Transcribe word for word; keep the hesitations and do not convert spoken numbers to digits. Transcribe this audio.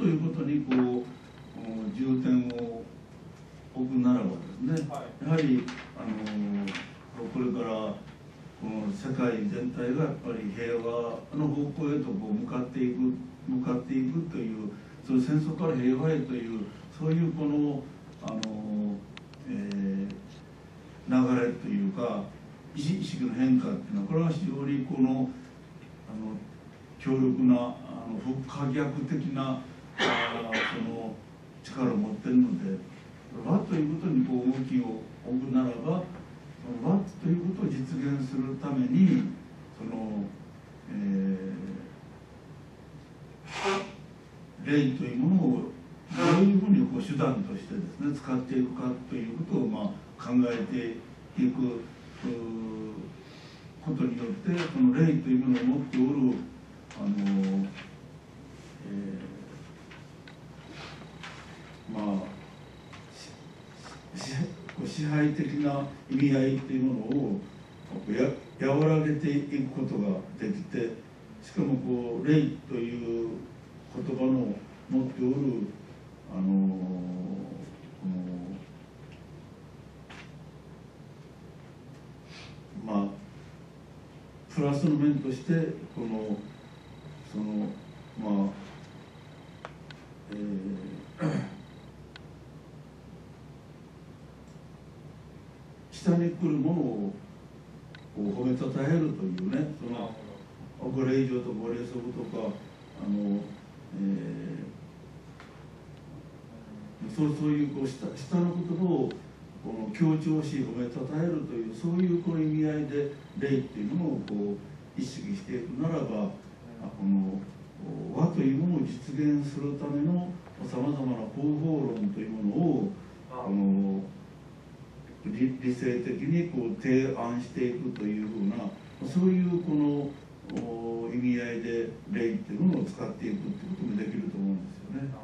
ということにこう重点を置くならばですね、はい、やはりあのこれからこの世界全体がやっぱり平和の方向へとこう向かっていく向かっていくという、その戦争から平和へというそういうこのあの、えー、流れというか意識の変化っていうのは、これは非常にこのあの強力なあの不可逆的なあその力を持っているので、和ということにこう動きを置くならば、和ということを実現するためにその、えー、霊というものをどういうふうにこう手段としてですね使っていくかということをまあ考えていくことによって、その霊というものを持っておるあの、えー、まあ支配的な意味合いというものをや和らげていくことができて、しかもこう霊という言葉の持っておるあのこのまあプラスの面としてこのそのまあえー下に来るものを褒めたたえるというね、そのご礼以上とご礼則とかあの、えー、そうそういうこう 下, 下の言葉をこの強調し褒めたたえるという、そういうこの意味合いで礼っていうものをこう意識していくならば、この和というものを実現するためのさまざまな方法論というものをこの理, 理性的にこう提案していくというふうな、そういうこの意味合いで霊っていうものを使っていくってこともできると思うんですよね。